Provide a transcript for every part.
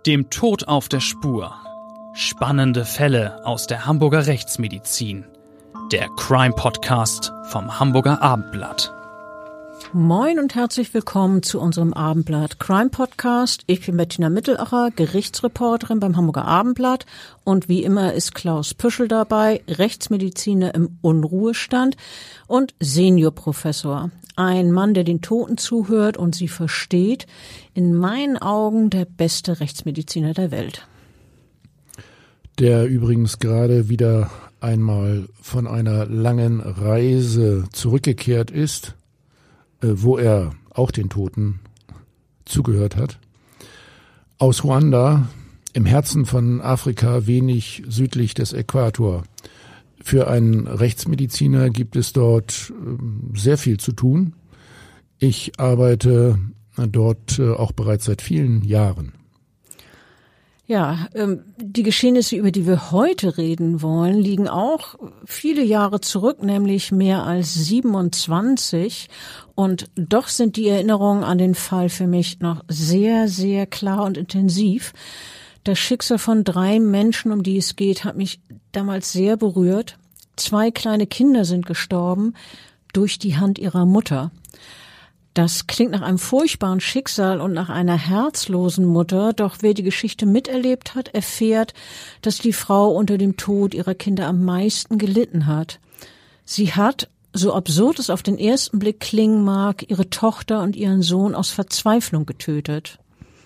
Dem Tod auf der Spur. Spannende Fälle aus der Hamburger Rechtsmedizin. Der Crime-Podcast vom Hamburger Abendblatt. Moin und herzlich willkommen zu unserem Abendblatt Crime Podcast. Ich bin Bettina Mittelacher, Gerichtsreporterin beim Hamburger Abendblatt und wie immer ist Klaus Püschel dabei, Rechtsmediziner im Unruhestand und Seniorprofessor. Ein Mann, der den Toten zuhört und sie versteht. In meinen Augen der beste Rechtsmediziner der Welt. Der übrigens gerade wieder einmal von einer langen Reise zurückgekehrt ist, wo er auch den Toten zugehört hat. Aus Ruanda, im Herzen von Afrika, wenig südlich des Äquator. Für einen Rechtsmediziner gibt es dort sehr viel zu tun. Ich arbeite dort auch bereits seit vielen Jahren. Ja, die Geschehnisse, über die wir heute reden wollen, liegen auch viele Jahre zurück, nämlich mehr als 27. Und doch sind die Erinnerungen an den Fall für mich noch sehr, sehr klar und intensiv. Das Schicksal von 3 Menschen, um die es geht, hat mich damals sehr berührt. 2 kleine Kinder sind gestorben durch die Hand ihrer Mutter. Das klingt nach einem furchtbaren Schicksal und nach einer herzlosen Mutter, doch wer die Geschichte miterlebt hat, erfährt, dass die Frau unter dem Tod ihrer Kinder am meisten gelitten hat. Sie hat, so absurd es auf den ersten Blick klingen mag, ihre Tochter und ihren Sohn aus Verzweiflung getötet.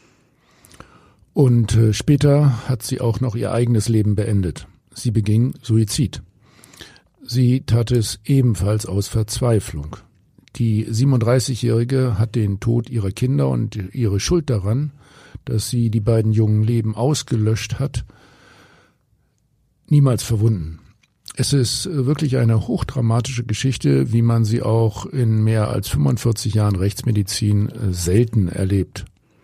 Und später hat sie auch noch ihr eigenes Leben beendet. Sie beging Suizid. Sie tat es ebenfalls aus Verzweiflung. Die 37-Jährige hat den Tod ihrer Kinder und ihre Schuld daran, dass sie die beiden jungen Leben ausgelöscht hat, niemals verwunden. Es ist wirklich eine hochdramatische Geschichte, wie man sie auch in mehr als 45 Jahren Rechtsmedizin selten erlebt.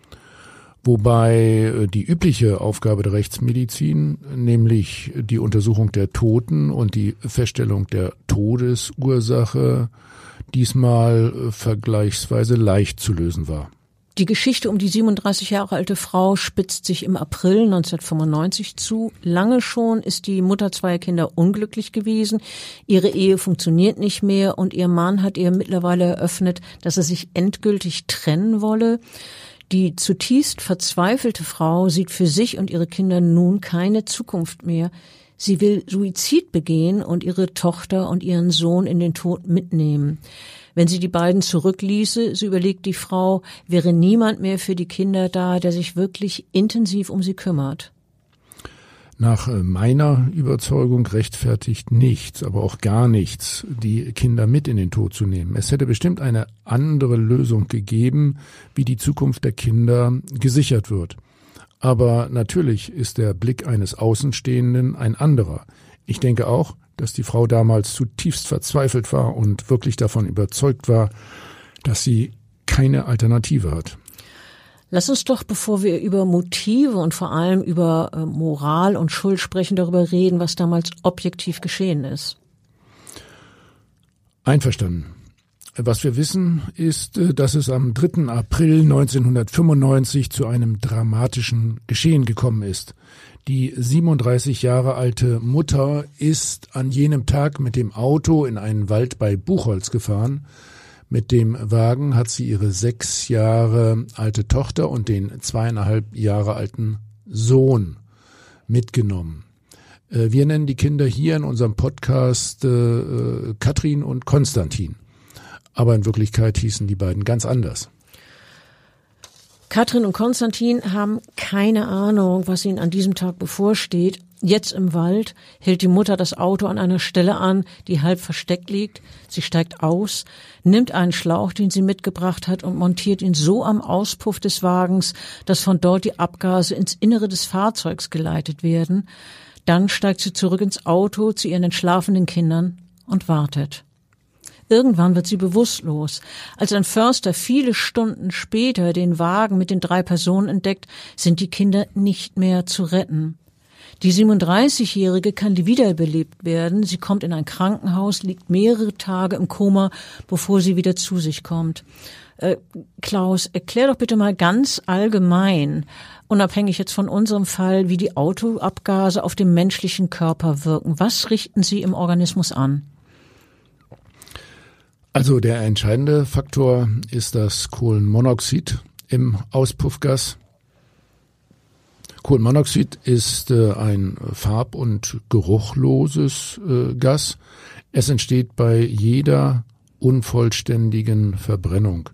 Wobei die übliche Aufgabe der Rechtsmedizin, nämlich die Untersuchung der Toten und die Feststellung der Todesursache, diesmal vergleichsweise leicht zu lösen war. Die Geschichte um die 37 Jahre alte Frau spitzt sich im April 1995 zu. Lange schon ist die Mutter 2 Kinder unglücklich gewesen. Ihre Ehe funktioniert nicht mehr und ihr Mann hat ihr mittlerweile eröffnet, dass er sich endgültig trennen wolle. Die zutiefst verzweifelte Frau sieht für sich und ihre Kinder nun keine Zukunft mehr. Sie will Suizid begehen und ihre Tochter und ihren Sohn in den Tod mitnehmen. Wenn sie die beiden zurückließe, so überlegt die Frau, wäre niemand mehr für die Kinder da, der sich wirklich intensiv um sie kümmert. Nach meiner Überzeugung rechtfertigt nichts, aber auch gar nichts, die Kinder mit in den Tod zu nehmen. Es hätte bestimmt eine andere Lösung gegeben, wie die Zukunft der Kinder gesichert wird. Aber natürlich ist der Blick eines Außenstehenden ein anderer. Ich denke auch, dass die Frau damals zutiefst verzweifelt war und wirklich davon überzeugt war, dass sie keine Alternative hat. Lass uns doch, bevor wir über Motive und vor allem über Moral und Schuld sprechen, darüber reden, was damals objektiv geschehen ist. Einverstanden. Was wir wissen, ist, dass es am 3. April 1995 zu einem dramatischen Geschehen gekommen ist. Die 37 Jahre alte Mutter ist an jenem Tag mit dem Auto in einen Wald bei Buchholz gefahren. Mit dem Wagen hat sie ihre 6 Jahre alte Tochter und den 2,5 Jahre alten Sohn mitgenommen. Wir nennen die Kinder hier in unserem Podcast Katrin und Konstantin. Aber in Wirklichkeit hießen die beiden ganz anders. Katrin und Konstantin haben keine Ahnung, was ihnen an diesem Tag bevorsteht. Jetzt im Wald hält die Mutter das Auto an einer Stelle an, die halb versteckt liegt. Sie steigt aus, nimmt einen Schlauch, den sie mitgebracht hat, und montiert ihn so am Auspuff des Wagens, dass von dort die Abgase ins Innere des Fahrzeugs geleitet werden. Dann steigt sie zurück ins Auto zu ihren entschlafenen Kindern und wartet. Irgendwann wird sie bewusstlos. Als ein Förster viele Stunden später den Wagen mit den 3 Personen entdeckt, sind die Kinder nicht mehr zu retten. Die 37-Jährige kann wiederbelebt werden. Sie kommt in ein Krankenhaus, liegt mehrere Tage im Koma, bevor sie wieder zu sich kommt. Klaus, erklär doch bitte mal ganz allgemein, unabhängig jetzt von unserem Fall, wie die Autoabgase auf den menschlichen Körper wirken. Was richten sie im Organismus an? Also der entscheidende Faktor ist das Kohlenmonoxid im Auspuffgas. Kohlenmonoxid ist ein farb- und geruchloses Gas. Es entsteht bei jeder unvollständigen Verbrennung.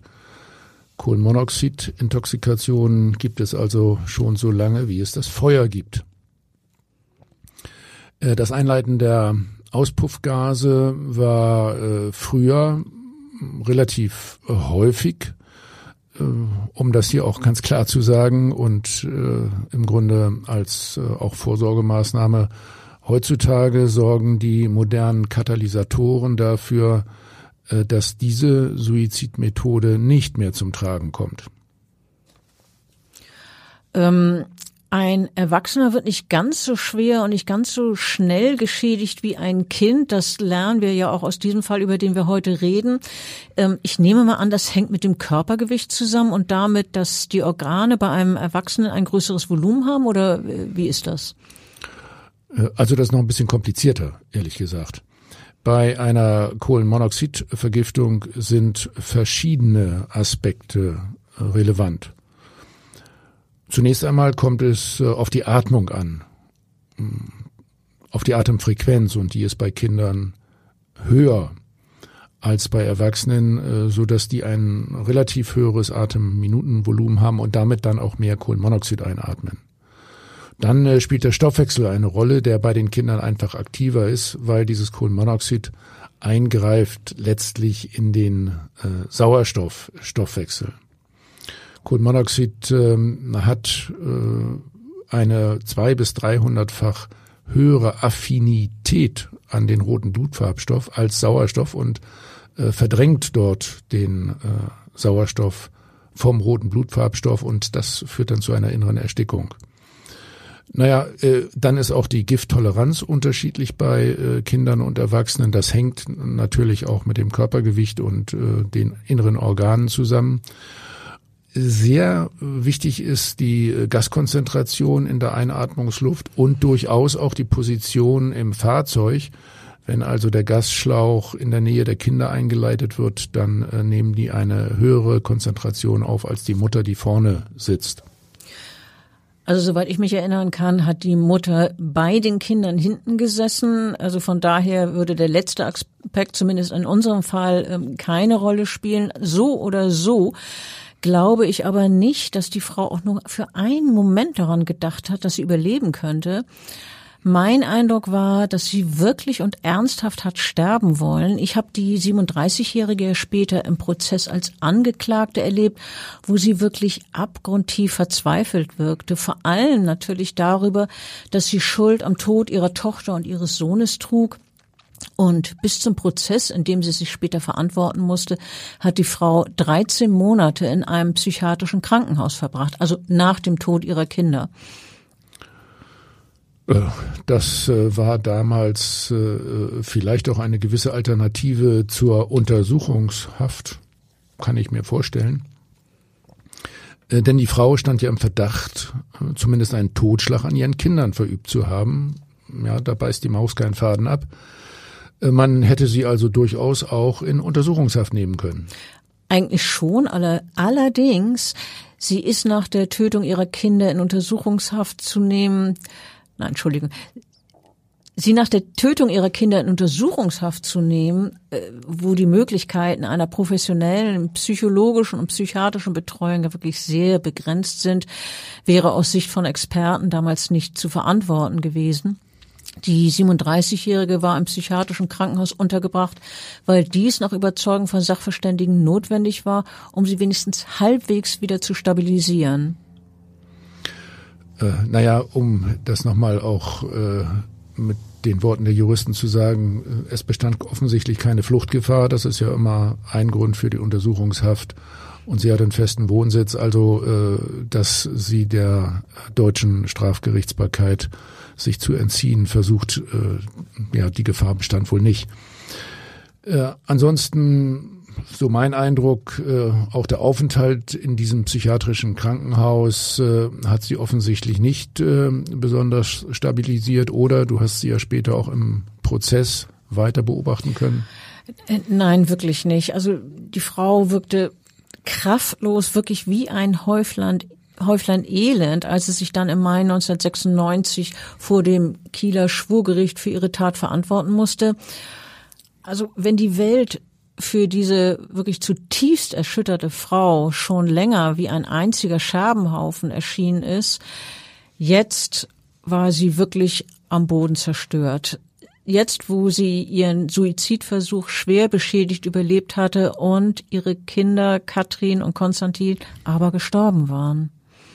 Kohlenmonoxid-Intoxikationen gibt es also schon so lange, wie es das Feuer gibt. Das Einleiten der Auspuffgase war früher relativ häufig, um das hier auch ganz klar zu sagen und im Grunde als auch Vorsorgemaßnahme. Heutzutage sorgen die modernen Katalysatoren dafür, dass diese Suizidmethode nicht mehr zum Tragen kommt. Ein Erwachsener wird nicht ganz so schwer und nicht ganz so schnell geschädigt wie ein Kind. Das lernen wir ja auch aus diesem Fall, über den wir heute reden. Ich nehme mal an, das hängt mit dem Körpergewicht zusammen und damit, dass die Organe bei einem Erwachsenen ein größeres Volumen haben, oder wie ist das? Also das ist noch ein bisschen komplizierter, ehrlich gesagt. Bei einer Kohlenmonoxidvergiftung sind verschiedene Aspekte relevant. Zunächst einmal kommt es auf die Atmung an, auf die Atemfrequenz, und die ist bei Kindern höher als bei Erwachsenen, so dass die ein relativ höheres Atemminutenvolumen haben und damit dann auch mehr Kohlenmonoxid einatmen. Dann spielt der Stoffwechsel eine Rolle, der bei den Kindern einfach aktiver ist, weil dieses Kohlenmonoxid eingreift letztlich in den Sauerstoffstoffwechsel. Kohlenmonoxid hat eine 200- bis 300-fach höhere Affinität an den roten Blutfarbstoff als Sauerstoff und verdrängt dort den Sauerstoff vom roten Blutfarbstoff, und das führt dann zu einer inneren Erstickung. Dann ist auch die Gifttoleranz unterschiedlich bei Kindern und Erwachsenen. Das hängt natürlich auch mit dem Körpergewicht und den inneren Organen zusammen. Sehr wichtig ist die Gaskonzentration in der Einatmungsluft und durchaus auch die Position im Fahrzeug. Wenn also der Gasschlauch in der Nähe der Kinder eingeleitet wird, dann nehmen die eine höhere Konzentration auf als die Mutter, die vorne sitzt. Also soweit ich mich erinnern kann, hat die Mutter bei den Kindern hinten gesessen. Also von daher würde der letzte Aspekt zumindest in unserem Fall keine Rolle spielen. So oder so glaube ich aber nicht, dass die Frau auch nur für einen Moment daran gedacht hat, dass sie überleben könnte. Mein Eindruck war, dass sie wirklich und ernsthaft hat sterben wollen. Ich habe die 37-Jährige später im Prozess als Angeklagte erlebt, wo sie wirklich abgrundtief verzweifelt wirkte. Vor allem natürlich darüber, dass sie Schuld am Tod ihrer Tochter und ihres Sohnes trug. Und bis zum Prozess, in dem sie sich später verantworten musste, hat die Frau 13 Monate in einem psychiatrischen Krankenhaus verbracht, also nach dem Tod ihrer Kinder. Das war damals vielleicht auch eine gewisse Alternative zur Untersuchungshaft, kann ich mir vorstellen. Denn die Frau stand ja im Verdacht, zumindest einen Totschlag an ihren Kindern verübt zu haben. Ja, da beißt die Maus keinen Faden ab. Man hätte sie also durchaus auch in Untersuchungshaft nehmen können. Eigentlich schon, allerdings, sie ist nach der Tötung ihrer Kinder in Untersuchungshaft zu nehmen. Sie nach der Tötung ihrer Kinder in Untersuchungshaft zu nehmen, wo die Möglichkeiten einer professionellen psychologischen und psychiatrischen Betreuung ja wirklich sehr begrenzt sind, wäre aus Sicht von Experten damals nicht zu verantworten gewesen. Die 37-Jährige war im psychiatrischen Krankenhaus untergebracht, weil dies nach Überzeugung von Sachverständigen notwendig war, um sie wenigstens halbwegs wieder zu stabilisieren. Um das nochmal auch mit den Worten der Juristen zu sagen, es bestand offensichtlich keine Fluchtgefahr. Das ist ja immer ein Grund für die Untersuchungshaft. Und sie hat einen festen Wohnsitz, also dass sie der deutschen Strafgerichtsbarkeit sich zu entziehen versucht, die Gefahr bestand wohl nicht. Ansonsten so mein Eindruck, auch der Aufenthalt in diesem psychiatrischen Krankenhaus hat sie offensichtlich nicht besonders stabilisiert, oder du hast sie ja später auch im Prozess weiter beobachten können? Nein, wirklich nicht. Also die Frau wirkte kraftlos, wirklich wie ein Häuflein Elend, als sie sich dann im Mai 1996 vor dem Kieler Schwurgericht für ihre Tat verantworten musste. Also wenn die Welt für diese wirklich zutiefst erschütterte Frau schon länger wie ein einziger Scherbenhaufen erschienen ist, jetzt war sie wirklich am Boden zerstört. Jetzt, wo sie ihren Suizidversuch schwer beschädigt überlebt hatte und ihre Kinder Katrin und Konstantin aber gestorben waren.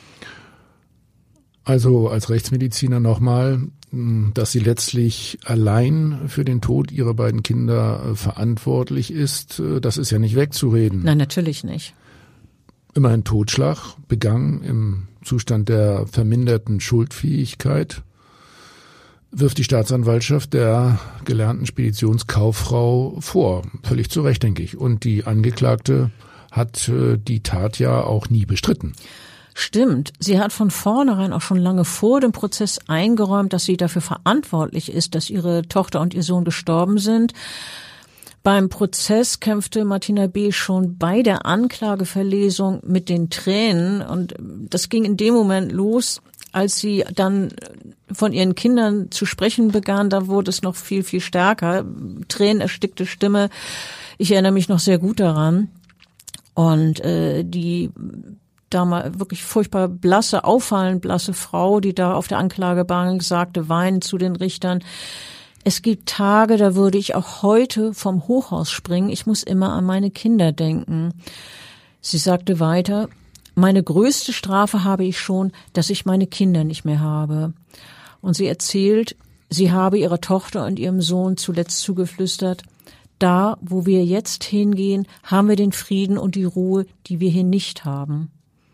Also als Rechtsmediziner nochmal, dass sie letztlich allein für den Tod ihrer beiden Kinder verantwortlich ist, das ist ja nicht wegzureden. Nein, natürlich nicht. Immerhin Totschlag, begangen im Zustand der verminderten Schuldfähigkeit, wirft die Staatsanwaltschaft der gelernten Speditionskauffrau vor. Völlig zu Recht, denke ich. Und die Angeklagte hat die Tat ja auch nie bestritten. Stimmt. Sie hat von vornherein auch schon lange vor dem Prozess eingeräumt, dass sie dafür verantwortlich ist, dass ihre Tochter und ihr Sohn gestorben sind. Beim Prozess kämpfte Martina B. schon bei der Anklageverlesung mit den Tränen. Und das ging in dem Moment los, als sie dann von ihren Kindern zu sprechen begann. Da wurde es noch viel, viel stärker. Tränenerstickte Stimme. Ich erinnere mich noch sehr gut daran. Und die damals wirklich furchtbar blasse, auffallend blasse Frau, die da auf der Anklagebank sagte, weinend zu den Richtern: Es gibt Tage, da würde ich auch heute vom Hochhaus springen. Ich muss immer an meine Kinder denken. Sie sagte weiter: Meine größte Strafe habe ich schon, dass ich meine Kinder nicht mehr habe. Und sie erzählt, sie habe ihrer Tochter und ihrem Sohn zuletzt zugeflüstert: Da, wo wir jetzt hingehen, haben wir den Frieden und die Ruhe, die wir hier nicht haben.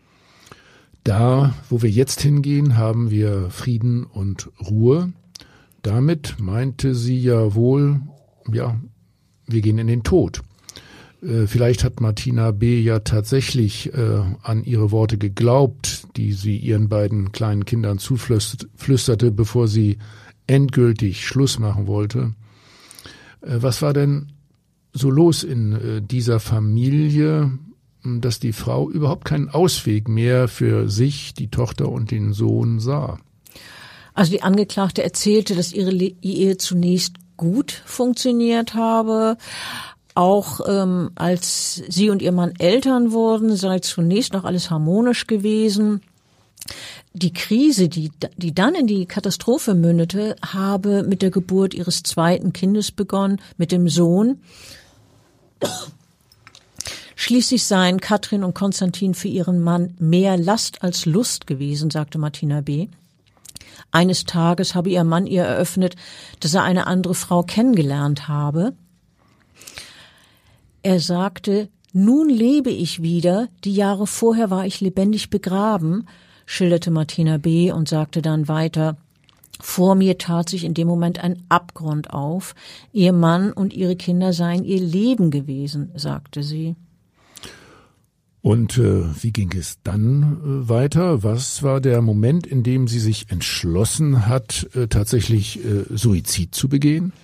Da, wo wir jetzt hingehen, haben wir Frieden und Ruhe. Damit meinte sie ja wohl, ja, wir gehen in den Tod. Vielleicht hat Martina B. ja tatsächlich an ihre Worte geglaubt, die sie ihren beiden kleinen Kindern zuflüsterte, bevor sie endgültig Schluss machen wollte. Was war denn so los in dieser Familie, dass die Frau überhaupt keinen Ausweg mehr für sich, die Tochter und den Sohn sah? Also die Angeklagte erzählte, dass ihre Ehe zunächst gut funktioniert habe. Auch als sie und ihr Mann Eltern wurden, sei zunächst noch alles harmonisch gewesen. Die Krise, die dann in die Katastrophe mündete, habe mit der Geburt ihres zweiten Kindes begonnen, mit dem Sohn. Schließlich seien Katrin und Konstantin für ihren Mann mehr Last als Lust gewesen, sagte Martina B. Eines Tages habe ihr Mann ihr eröffnet, dass er eine andere Frau kennengelernt habe. Er sagte: Nun lebe ich wieder, die Jahre vorher war ich lebendig begraben, schilderte Martina B. und sagte dann weiter: Vor mir tat sich in dem Moment ein Abgrund auf. Ihr Mann und ihre Kinder seien ihr Leben gewesen, sagte sie. Und wie ging es dann weiter? Was war der Moment, in dem sie sich entschlossen hat, tatsächlich Suizid zu begehen?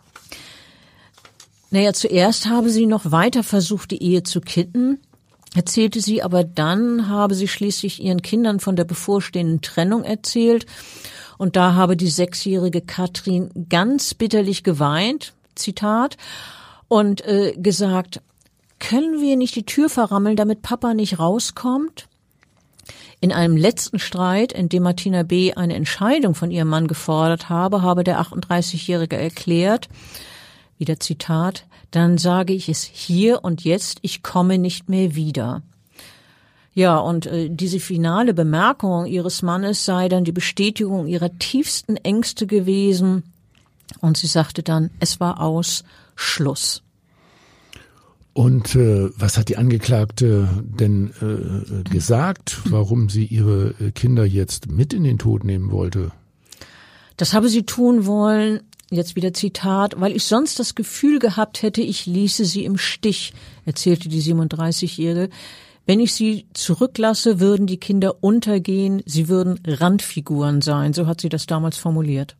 Naja, zuerst habe sie noch weiter versucht, die Ehe zu kitten, erzählte sie, aber dann habe sie schließlich ihren Kindern von der bevorstehenden Trennung erzählt. Und da habe die 6-jährige Katrin ganz bitterlich geweint, Zitat, und gesagt: Können wir nicht die Tür verrammeln, damit Papa nicht rauskommt? In einem letzten Streit, in dem Martina B. eine Entscheidung von ihrem Mann gefordert habe der 38-Jährige erklärt, wieder Zitat: Dann sage ich es hier und jetzt, ich komme nicht mehr wieder. Ja, und diese finale Bemerkung ihres Mannes sei dann die Bestätigung ihrer tiefsten Ängste gewesen. Und sie sagte dann, es war aus, Schluss. Und was hat die Angeklagte denn gesagt, warum sie ihre Kinder jetzt mit in den Tod nehmen wollte? Das habe sie tun wollen, Jetzt wieder Zitat, weil ich sonst das Gefühl gehabt hätte, ich ließe sie im Stich, erzählte die 37-Jährige. Wenn ich sie zurücklasse, würden die Kinder untergehen, sie würden Randfiguren sein. So hat sie das damals formuliert.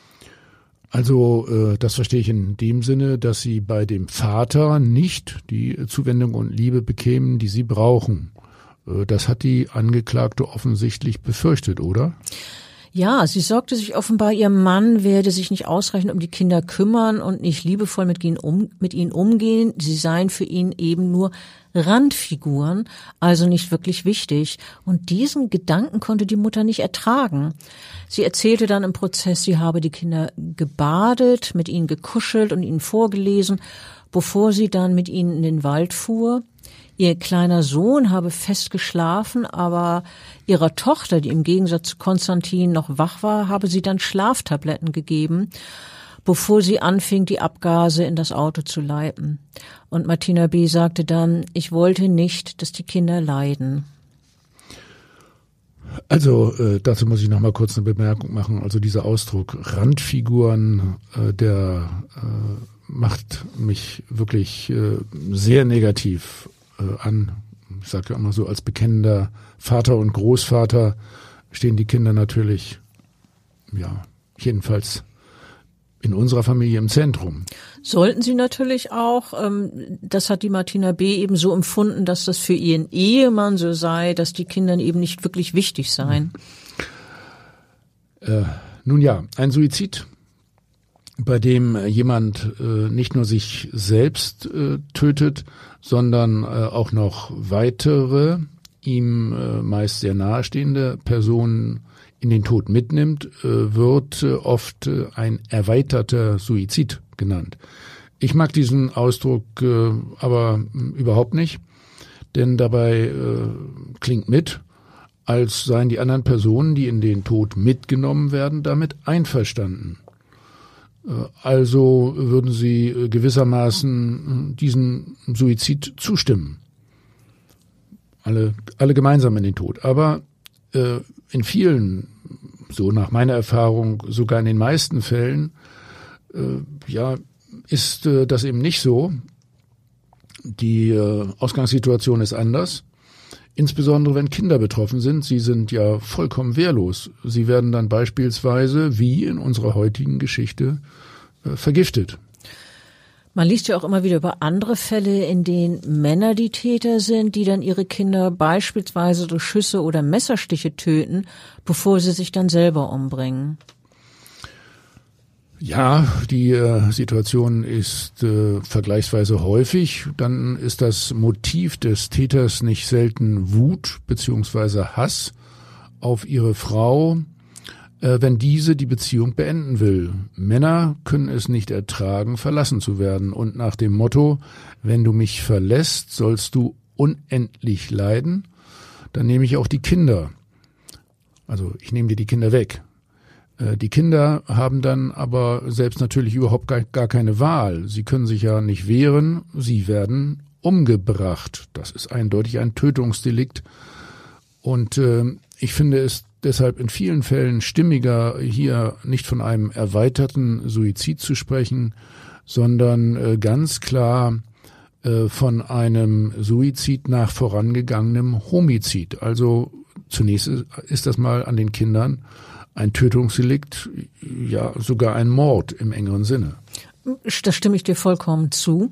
Also das verstehe ich in dem Sinne, dass sie bei dem Vater nicht die Zuwendung und Liebe bekämen, die sie brauchen. Das hat die Angeklagte offensichtlich befürchtet, oder? Ja, sie sorgte sich offenbar, ihr Mann werde sich nicht ausreichend um die Kinder kümmern und nicht liebevoll mit ihnen umgehen. Sie seien für ihn eben nur Randfiguren, also nicht wirklich wichtig. Und diesen Gedanken konnte die Mutter nicht ertragen. Sie erzählte dann im Prozess, sie habe die Kinder gebadet, mit ihnen gekuschelt und ihnen vorgelesen, bevor sie dann mit ihnen in den Wald fuhr. Ihr kleiner Sohn habe fest geschlafen, aber ihrer Tochter, die im Gegensatz zu Konstantin noch wach war, habe sie dann Schlaftabletten gegeben, bevor sie anfing, die Abgase in das Auto zu leiten. Und Martina B. sagte dann, ich wollte nicht, dass die Kinder leiden. Also dazu muss ich noch mal kurz eine Bemerkung machen. Also dieser Ausdruck Randfiguren, der macht mich wirklich sehr negativ an. Ich sage ja immer so, als bekennender Vater und Großvater stehen die Kinder natürlich, ja, jedenfalls in unserer Familie im Zentrum. Sollten sie natürlich auch. Das hat die Martina B. eben so empfunden, dass das für ihren Ehemann so sei, dass die Kinder eben nicht wirklich wichtig seien. Nun ja, ein Suizid, bei dem jemand nicht nur sich selbst tötet, sondern auch noch weitere, ihm meist sehr nahestehende Personen in den Tod mitnimmt, wird oft ein erweiterter Suizid genannt. Ich mag diesen Ausdruck aber überhaupt nicht, denn dabei klingt mit, als seien die anderen Personen, die in den Tod mitgenommen werden, damit einverstanden. Also würden sie gewissermaßen diesem Suizid zustimmen. Alle gemeinsam in den Tod. Aber in vielen, so nach meiner Erfahrung, sogar in den meisten Fällen, ist das eben nicht so. Die Ausgangssituation ist anders. Insbesondere wenn Kinder betroffen sind. Sie sind ja vollkommen wehrlos. Sie werden dann beispielsweise, wie in unserer heutigen Geschichte, vergiftet. Man liest ja auch immer wieder über andere Fälle, in denen Männer die Täter sind, die dann ihre Kinder beispielsweise durch Schüsse oder Messerstiche töten, bevor sie sich dann selber umbringen. Ja, die Situation ist vergleichsweise häufig. Dann ist das Motiv des Täters nicht selten Wut beziehungsweise Hass auf ihre Frau, wenn diese die Beziehung beenden will. Männer können es nicht ertragen, verlassen zu werden. Und nach dem Motto, wenn du mich verlässt, sollst du unendlich leiden, dann nehme ich auch die Kinder. Also ich nehme dir die Kinder weg. Die Kinder haben dann aber selbst natürlich überhaupt gar keine Wahl. Sie können sich ja nicht wehren, sie werden umgebracht. Das ist eindeutig ein Tötungsdelikt. Und ich finde es deshalb in vielen Fällen stimmiger, hier nicht von einem erweiterten Suizid zu sprechen, sondern ganz klar von einem Suizid nach vorangegangenem Homizid. Also zunächst ist das mal an den Kindern ein Tötungsdelikt, ja sogar ein Mord im engeren Sinne. Da stimme ich dir vollkommen zu.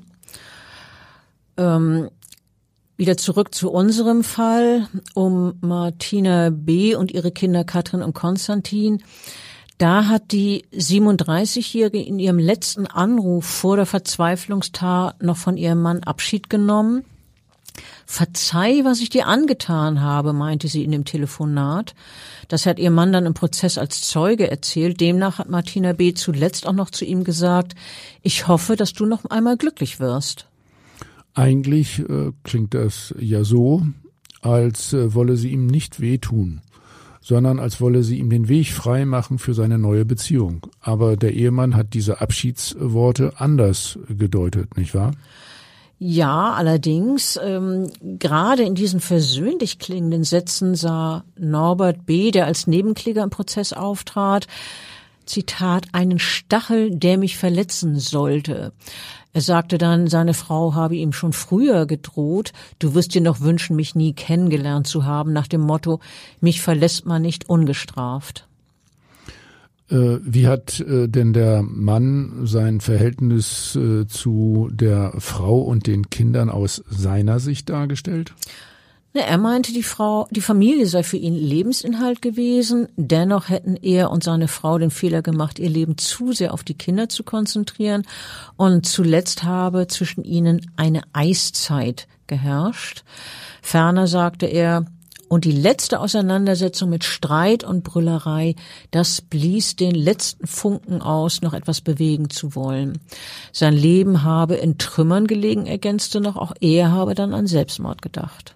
Wieder zurück zu unserem Fall um Martina B. und ihre Kinder Katrin und Konstantin. Da hat die 37-Jährige in ihrem letzten Anruf vor der Verzweiflungstat noch von ihrem Mann Abschied genommen. Verzeih, was ich dir angetan habe, meinte sie in dem Telefonat. Das hat ihr Mann dann im Prozess als Zeuge erzählt. Demnach hat Martina B. zuletzt auch noch zu ihm gesagt, ich hoffe, dass du noch einmal glücklich wirst. Eigentlich klingt das ja so, als wolle sie ihm nicht wehtun, sondern als wolle sie ihm den Weg frei machen für seine neue Beziehung. Aber der Ehemann hat diese Abschiedsworte anders gedeutet, nicht wahr? Ja, allerdings, gerade in diesen versöhnlich klingenden Sätzen sah Norbert B., der als Nebenkläger im Prozess auftrat, Zitat, einen Stachel, der mich verletzen sollte. Er sagte dann, seine Frau habe ihm schon früher gedroht, du wirst dir noch wünschen, mich nie kennengelernt zu haben, nach dem Motto, mich verlässt man nicht ungestraft. Wie hat denn der Mann sein Verhältnis zu der Frau und den Kindern aus seiner Sicht dargestellt? Er meinte, die Familie sei für ihn Lebensinhalt gewesen. Dennoch hätten er und seine Frau den Fehler gemacht, ihr Leben zu sehr auf die Kinder zu konzentrieren. Und zuletzt habe zwischen ihnen eine Eiszeit geherrscht. Ferner sagte er, und die letzte Auseinandersetzung mit Streit und Brüllerei, das blies den letzten Funken aus, noch etwas bewegen zu wollen. Sein Leben habe in Trümmern gelegen, ergänzte noch, auch er habe dann an Selbstmord gedacht.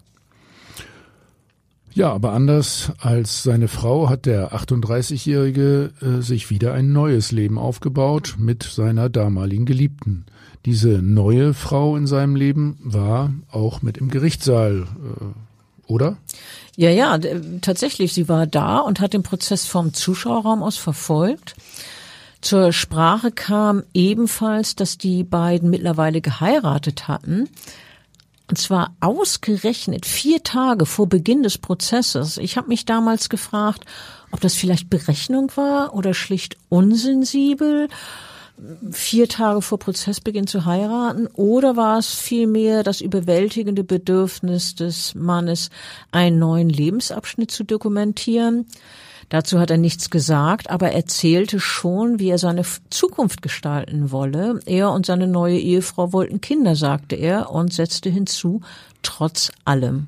Ja, aber anders als seine Frau hat der 38-Jährige sich wieder ein neues Leben aufgebaut mit seiner damaligen Geliebten. Diese neue Frau in seinem Leben war auch mit im Gerichtssaal, oder? Ja, tatsächlich, sie war da und hat den Prozess vom Zuschauerraum aus verfolgt. Zur Sprache kam ebenfalls, dass die beiden mittlerweile geheiratet hatten. Und zwar ausgerechnet 4 Tage vor Beginn des Prozesses. Ich habe mich damals gefragt, ob das vielleicht Berechnung war oder schlicht unsensibel, 4 Tage vor Prozessbeginn zu heiraten, oder war es vielmehr das überwältigende Bedürfnis des Mannes, einen neuen Lebensabschnitt zu dokumentieren. Dazu hat er nichts gesagt, aber er erzählte schon, wie er seine Zukunft gestalten wolle. Er und seine neue Ehefrau wollten Kinder, sagte er, und setzte hinzu, trotz allem.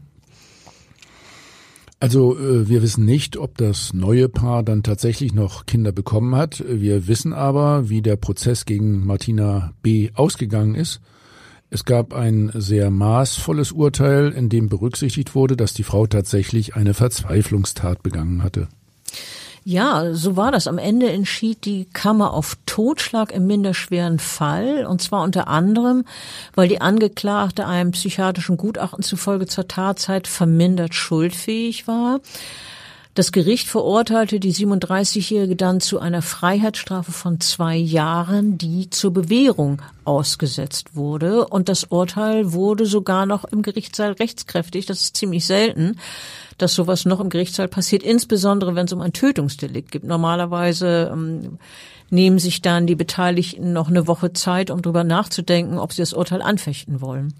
Also wir wissen nicht, ob das neue Paar dann tatsächlich noch Kinder bekommen hat. Wir wissen aber, wie der Prozess gegen Martina B. ausgegangen ist. Es gab ein sehr maßvolles Urteil, in dem berücksichtigt wurde, dass die Frau tatsächlich eine Verzweiflungstat begangen hatte. Ja, so war das. Am Ende entschied die Kammer auf Totschlag im minderschweren Fall, und zwar unter anderem, weil die Angeklagte einem psychiatrischen Gutachten zufolge zur Tatzeit vermindert schuldfähig war. Das Gericht verurteilte die 37-Jährige dann zu einer Freiheitsstrafe von 2 Jahren, die zur Bewährung ausgesetzt wurde. Und das Urteil wurde sogar noch im Gerichtssaal rechtskräftig. Das ist ziemlich selten, dass sowas noch im Gerichtssaal passiert, insbesondere wenn es um ein Tötungsdelikt geht. Normalerweise nehmen sich dann die Beteiligten noch eine Woche Zeit, um darüber nachzudenken, ob sie das Urteil anfechten wollen.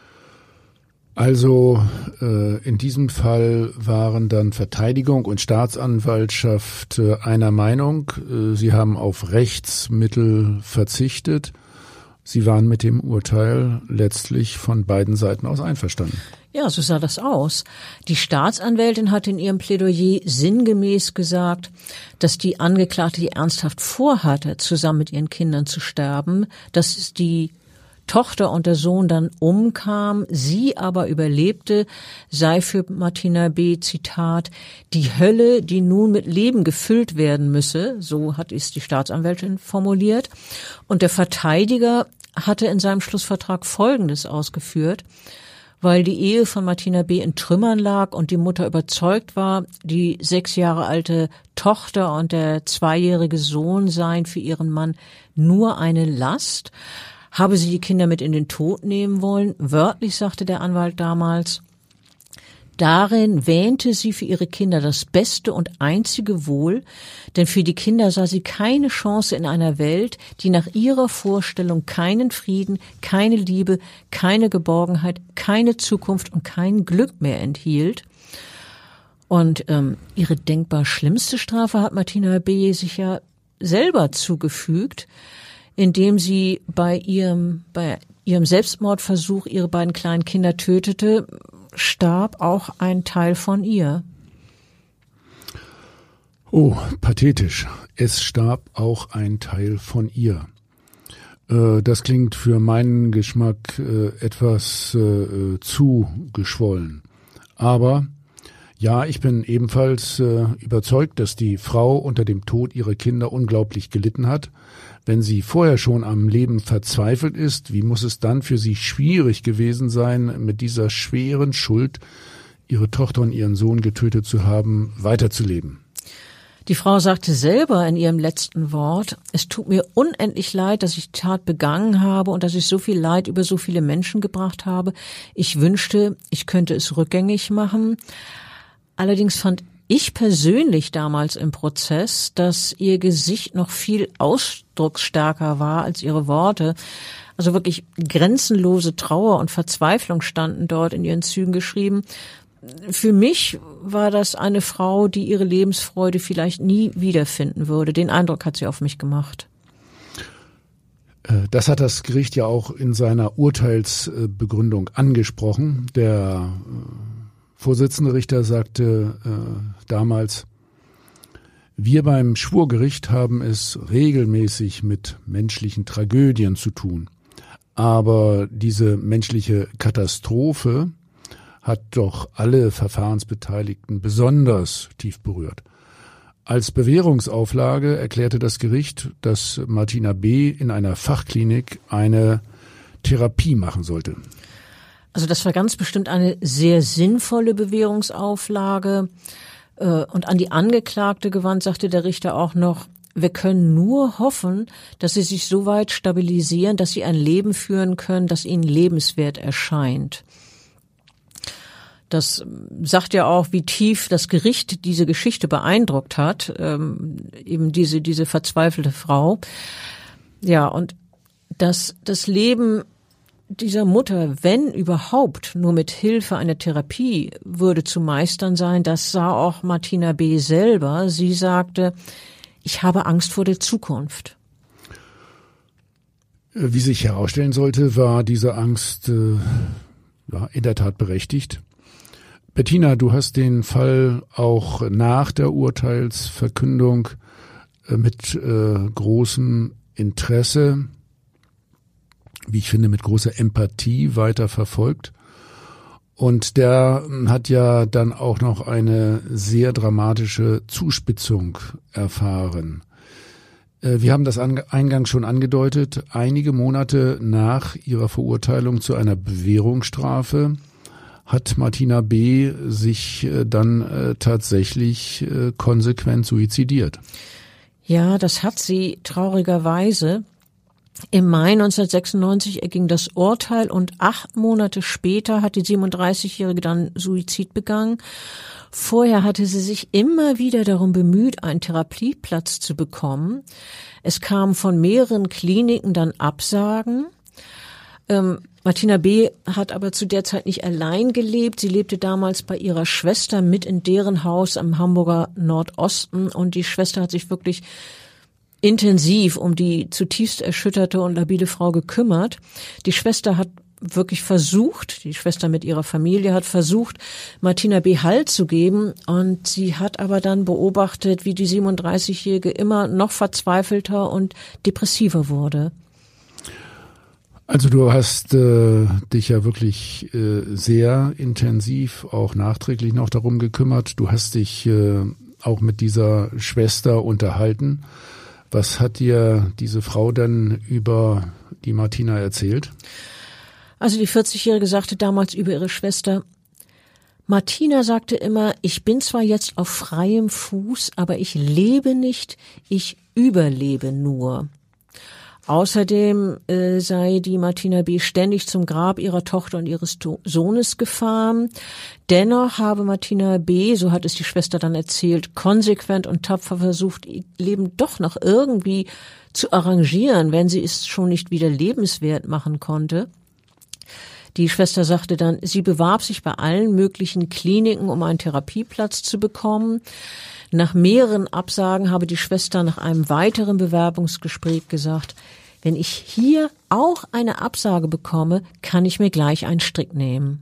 Also in diesem Fall waren dann Verteidigung und Staatsanwaltschaft einer Meinung. Sie haben auf Rechtsmittel verzichtet. Sie waren mit dem Urteil letztlich von beiden Seiten aus einverstanden. Ja, so sah das aus. Die Staatsanwältin hat in ihrem Plädoyer sinngemäß gesagt, dass die Angeklagte die ernsthaft vorhatte, zusammen mit ihren Kindern zu sterben, dass die Tochter und der Sohn dann umkamen, sie aber überlebte, sei für Martina B., Zitat, die Hölle, die nun mit Leben gefüllt werden müsse, so hat es die Staatsanwältin formuliert. Und der Verteidiger hatte in seinem Schlussvertrag Folgendes ausgeführt: Weil die Ehe von Martina B. in Trümmern lag und die Mutter überzeugt war, die 6 Jahre alte Tochter und der 2-jährige Sohn seien für ihren Mann nur eine Last, habe sie die Kinder mit in den Tod nehmen wollen. Wörtlich sagte der Anwalt damals: Darin wähnte sie für ihre Kinder das beste und einzige Wohl, denn für die Kinder sah sie keine Chance in einer Welt, die nach ihrer Vorstellung keinen Frieden, keine Liebe, keine Geborgenheit, keine Zukunft und kein Glück mehr enthielt. Und ihre denkbar schlimmste Strafe hat Martina B. sich ja selber zugefügt, indem sie bei ihrem Selbstmordversuch ihre beiden kleinen Kinder tötete, starb auch ein Teil von ihr. Oh, pathetisch. Es starb auch ein Teil von ihr. Das klingt für meinen Geschmack etwas zu geschwollen. Aber ja, ich bin ebenfalls überzeugt, dass die Frau unter dem Tod ihrer Kinder unglaublich gelitten hat. Wenn sie vorher schon am Leben verzweifelt ist, wie muss es dann für sie schwierig gewesen sein, mit dieser schweren Schuld, ihre Tochter und ihren Sohn getötet zu haben, weiterzuleben? Die Frau sagte selber in ihrem letzten Wort: Es tut mir unendlich leid, dass ich die Tat begangen habe und dass ich so viel Leid über so viele Menschen gebracht habe. Ich wünschte, ich könnte es rückgängig machen. Allerdings fand ich persönlich damals im Prozess, dass ihr Gesicht noch viel ausdrucksstärker war als ihre Worte. Also wirklich grenzenlose Trauer und Verzweiflung standen dort in ihren Zügen geschrieben. Für mich war das eine Frau, die ihre Lebensfreude vielleicht nie wiederfinden würde. Den Eindruck hat sie auf mich gemacht. Das hat das Gericht ja auch in seiner Urteilsbegründung angesprochen. Der Vorsitzende Richter sagte damals: Wir beim Schwurgericht haben es regelmäßig mit menschlichen Tragödien zu tun. Aber diese menschliche Katastrophe hat doch alle Verfahrensbeteiligten besonders tief berührt. Als Bewährungsauflage erklärte das Gericht, dass Martina B. in einer Fachklinik eine Therapie machen sollte. Also das war ganz bestimmt eine sehr sinnvolle Bewährungsauflage. Und an die Angeklagte gewandt sagte der Richter auch noch: Wir können nur hoffen, dass sie sich so weit stabilisieren, dass sie ein Leben führen können, das ihnen lebenswert erscheint. Das sagt ja auch, wie tief das Gericht diese Geschichte beeindruckt hat, eben diese verzweifelte Frau. Ja, und dass das Leben dieser Mutter, wenn überhaupt, nur mit Hilfe einer Therapie würde zu meistern sein, das sah auch Martina B. selber. Sie sagte: Ich habe Angst vor der Zukunft. Wie sich herausstellen sollte, war diese Angst in der Tat berechtigt. Bettina, du hast den Fall auch nach der Urteilsverkündung mit großem Interesse, wie ich finde, mit großer Empathie weiter verfolgt. Und der hat ja dann auch noch eine sehr dramatische Zuspitzung erfahren. Wir haben das eingangs schon angedeutet. Einige Monate nach ihrer Verurteilung zu einer Bewährungsstrafe hat Martina B. sich dann tatsächlich konsequent suizidiert. Ja, das hat sie traurigerweise. Im Mai 1996 erging das Urteil und 8 Monate später hat die 37-Jährige dann Suizid begangen. Vorher hatte sie sich immer wieder darum bemüht, einen Therapieplatz zu bekommen. Es kam von mehreren Kliniken dann Absagen. Martina B. hat aber zu der Zeit nicht allein gelebt. Sie lebte damals bei ihrer Schwester mit in deren Haus am Hamburger Nordosten und die Schwester hat sich wirklich intensiv um die zutiefst erschütterte und labile Frau gekümmert. Die Schwester hat wirklich versucht, die Schwester mit ihrer Familie hat versucht, Martina B. Halt zu geben und sie hat aber dann beobachtet, wie die 37-Jährige immer noch verzweifelter und depressiver wurde. Also du hast dich ja wirklich sehr intensiv, auch nachträglich noch darum gekümmert. Du hast dich auch mit dieser Schwester unterhalten. Was hat dir diese Frau denn über die Martina erzählt? Also die 40-Jährige sagte damals über ihre Schwester: Martina sagte immer, ich bin zwar jetzt auf freiem Fuß, aber ich lebe nicht, ich überlebe nur. Außerdem sei die Martina B. ständig zum Grab ihrer Tochter und ihres Sohnes gefahren. Dennoch habe Martina B., so hat es die Schwester dann erzählt, konsequent und tapfer versucht, ihr Leben doch noch irgendwie zu arrangieren, wenn sie es schon nicht wieder lebenswert machen konnte. Die Schwester sagte dann, sie bewarb sich bei allen möglichen Kliniken, um einen Therapieplatz zu bekommen. Nach mehreren Absagen habe die Schwester nach einem weiteren Bewerbungsgespräch gesagt, wenn ich hier auch eine Absage bekomme, kann ich mir gleich einen Strick nehmen.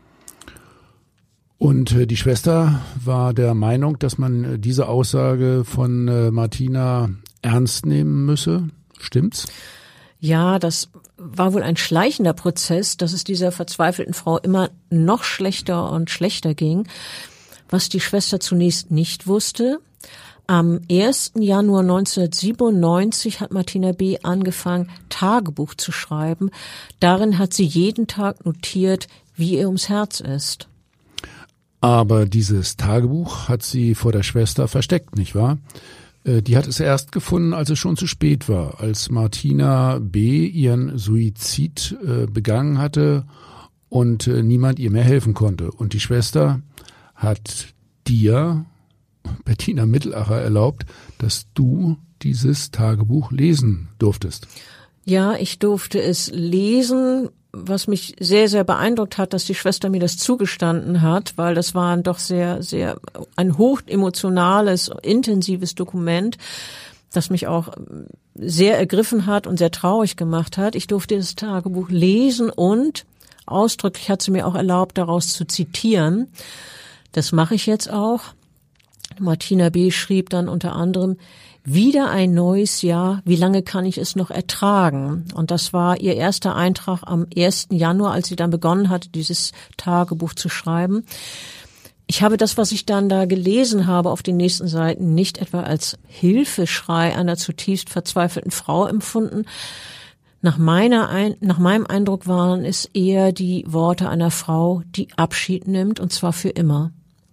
Und die Schwester war der Meinung, dass man diese Aussage von Martina ernst nehmen müsse. Stimmt's? Ja, das war wohl ein schleichender Prozess, dass es dieser verzweifelten Frau immer noch schlechter und schlechter ging. Was die Schwester zunächst nicht wusste: Am 1. Januar 1997 hat Martina B. angefangen, Tagebuch zu schreiben. Darin hat sie jeden Tag notiert, wie ihr ums Herz ist. Aber dieses Tagebuch hat sie vor der Schwester versteckt, nicht wahr? Die hat es erst gefunden, als es schon zu spät war, als Martina B. ihren Suizid begangen hatte und niemand ihr mehr helfen konnte. Und die Schwester hat dir, Bettina Mittelacher, erlaubt, dass du dieses Tagebuch lesen durftest. Ja, ich durfte es lesen, was mich sehr, sehr beeindruckt hat, dass die Schwester mir das zugestanden hat, weil das war doch sehr, sehr ein hochemotionales, intensives Dokument, das mich auch sehr ergriffen hat und sehr traurig gemacht hat. Ich durfte das Tagebuch lesen und ausdrücklich hat sie mir auch erlaubt, daraus zu zitieren. Das mache ich jetzt auch. Martina B. schrieb dann unter anderem: Wieder ein neues Jahr, wie lange kann ich es noch ertragen? Und das war ihr erster Eintrag am 1. Januar, als sie dann begonnen hatte, dieses Tagebuch zu schreiben. Ich habe das, was ich dann da gelesen habe auf den nächsten Seiten, nicht etwa als Hilfeschrei einer zutiefst verzweifelten Frau empfunden. Nach meinem Eindruck waren es eher die Worte einer Frau, die Abschied nimmt, und zwar für immer.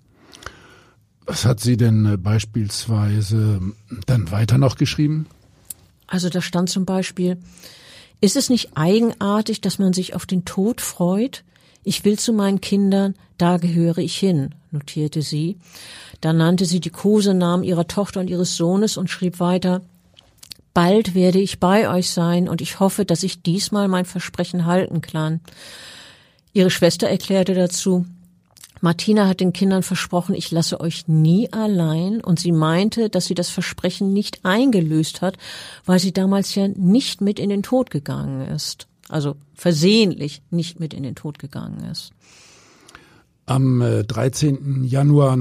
Was hat sie denn beispielsweise dann weiter noch geschrieben? Also da stand zum Beispiel: Ist es nicht eigenartig, dass man sich auf den Tod freut? Ich will zu meinen Kindern, da gehöre ich hin, notierte sie. Dann nannte sie die Kosenamen ihrer Tochter und ihres Sohnes und schrieb weiter: Bald werde ich bei euch sein und ich hoffe, dass ich diesmal mein Versprechen halten kann. Ihre Schwester erklärte dazu: Martina hat den Kindern versprochen, ich lasse euch nie allein, und sie meinte, dass sie das Versprechen nicht eingelöst hat, weil sie damals ja nicht mit in den Tod gegangen ist. Also versehentlich nicht mit in den Tod gegangen ist. Am 13. Januar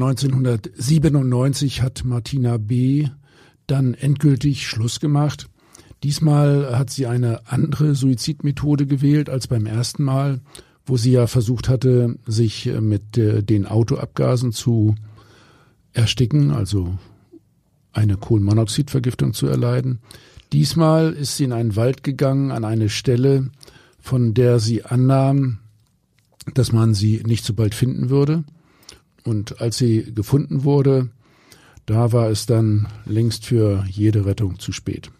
1997 hat Martina B. dann endgültig Schluss gemacht. Diesmal hat sie eine andere Suizidmethode gewählt als beim ersten Mal, wo sie ja versucht hatte, sich mit den Autoabgasen zu ersticken, also eine Kohlenmonoxidvergiftung zu erleiden. Diesmal ist sie in einen Wald gegangen, an eine Stelle, von der sie annahm, dass man sie nicht so bald finden würde. Und als sie gefunden wurde, da war es dann längst für jede Rettung zu spät.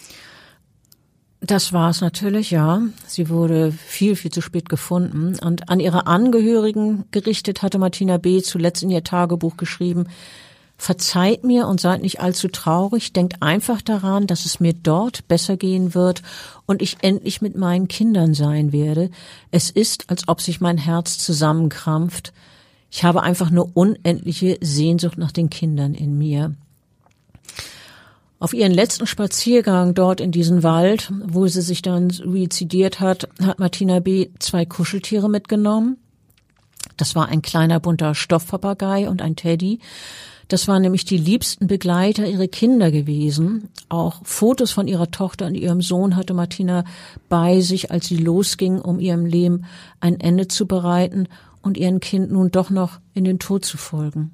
Das war es natürlich, ja. Sie wurde viel, viel zu spät gefunden. Und an ihre Angehörigen gerichtet hatte Martina B. zuletzt in ihr Tagebuch geschrieben: Verzeiht mir und seid nicht allzu traurig. Denkt einfach daran, dass es mir dort besser gehen wird und ich endlich mit meinen Kindern sein werde. Es ist, als ob sich mein Herz zusammenkrampft. Ich habe einfach nur unendliche Sehnsucht nach den Kindern in mir. Auf ihren letzten Spaziergang dort in diesen Wald, wo sie sich dann suizidiert hat, hat Martina B. 2 Kuscheltiere mitgenommen. Das war ein kleiner bunter Stoffpapagei und ein Teddy. Das waren nämlich die liebsten Begleiter ihrer Kinder gewesen. Auch Fotos von ihrer Tochter und ihrem Sohn hatte Martina bei sich, als sie losging, um ihrem Leben ein Ende zu bereiten und ihrem Kind nun doch noch in den Tod zu folgen.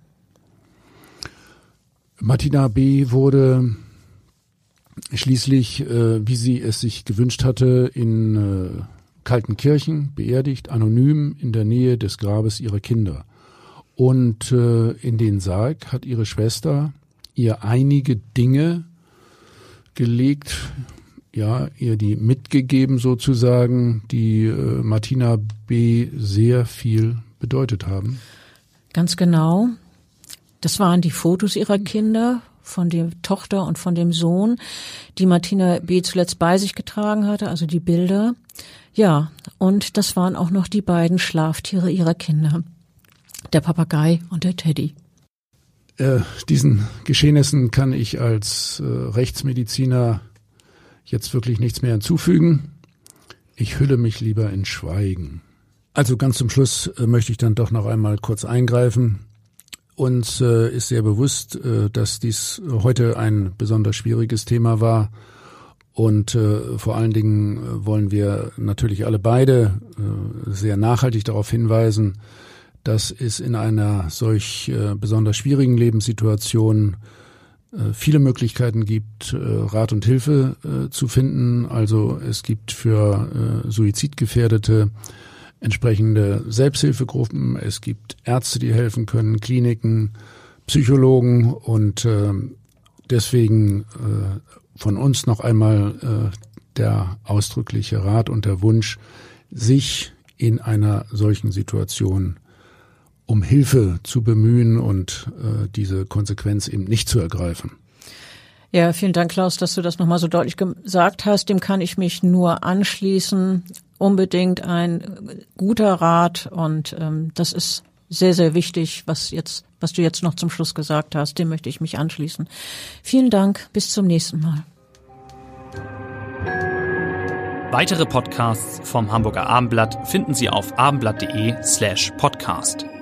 Martina B. wurde schließlich, wie sie es sich gewünscht hatte, in Kaltenkirchen beerdigt, anonym in der Nähe des Grabes ihrer Kinder. Und in den Sarg hat ihre Schwester ihr einige Dinge gelegt, ja, ihr die mitgegeben sozusagen, die Martina B. sehr viel bedeutet haben. Ganz genau. Das waren die Fotos ihrer Kinder, von der Tochter und von dem Sohn, die Martina B. zuletzt bei sich getragen hatte, also die Bilder. Ja, und das waren auch noch die beiden Schlaftiere ihrer Kinder, der Papagei und der Teddy. Diesen Geschehnissen kann ich als Rechtsmediziner jetzt wirklich nichts mehr hinzufügen. Ich hülle mich lieber in Schweigen. Also ganz zum Schluss möchte ich dann doch noch einmal kurz eingreifen. Uns ist sehr bewusst, dass dies heute ein besonders schwieriges Thema war. Und vor allen Dingen wollen wir natürlich alle beide sehr nachhaltig darauf hinweisen, dass es in einer solch besonders schwierigen Lebenssituation viele Möglichkeiten gibt, Rat und Hilfe zu finden. Also es gibt für Suizidgefährdete entsprechende Selbsthilfegruppen, es gibt Ärzte, die helfen können, Kliniken, Psychologen und deswegen von uns noch einmal der ausdrückliche Rat und der Wunsch, sich in einer solchen Situation um Hilfe zu bemühen und diese Konsequenz eben nicht zu ergreifen. Ja, vielen Dank, Klaus, dass du das nochmal so deutlich gesagt hast. Dem kann ich mich nur anschließen. Unbedingt ein guter Rat und das ist sehr, sehr wichtig, was du jetzt noch zum Schluss gesagt hast. Dem möchte ich mich anschließen. Vielen Dank, bis zum nächsten Mal. Weitere Podcasts vom Hamburger Abendblatt finden Sie auf abendblatt.de/podcast.